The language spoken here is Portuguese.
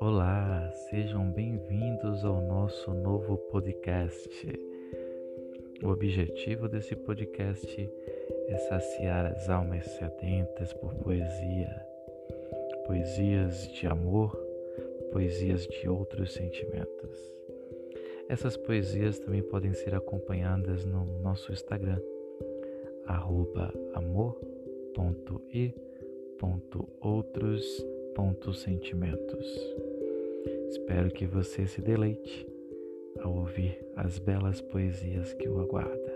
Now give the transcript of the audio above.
Olá, sejam bem-vindos ao nosso novo podcast. O objetivo desse podcast é saciar as almas sedentas por poesia, poesias de amor, poesias de outros sentimentos. Essas poesias também podem ser acompanhadas no nosso Instagram, amor.e.outros.sentimentos. Espero que você se deleite ao ouvir as belas poesias que o aguardam.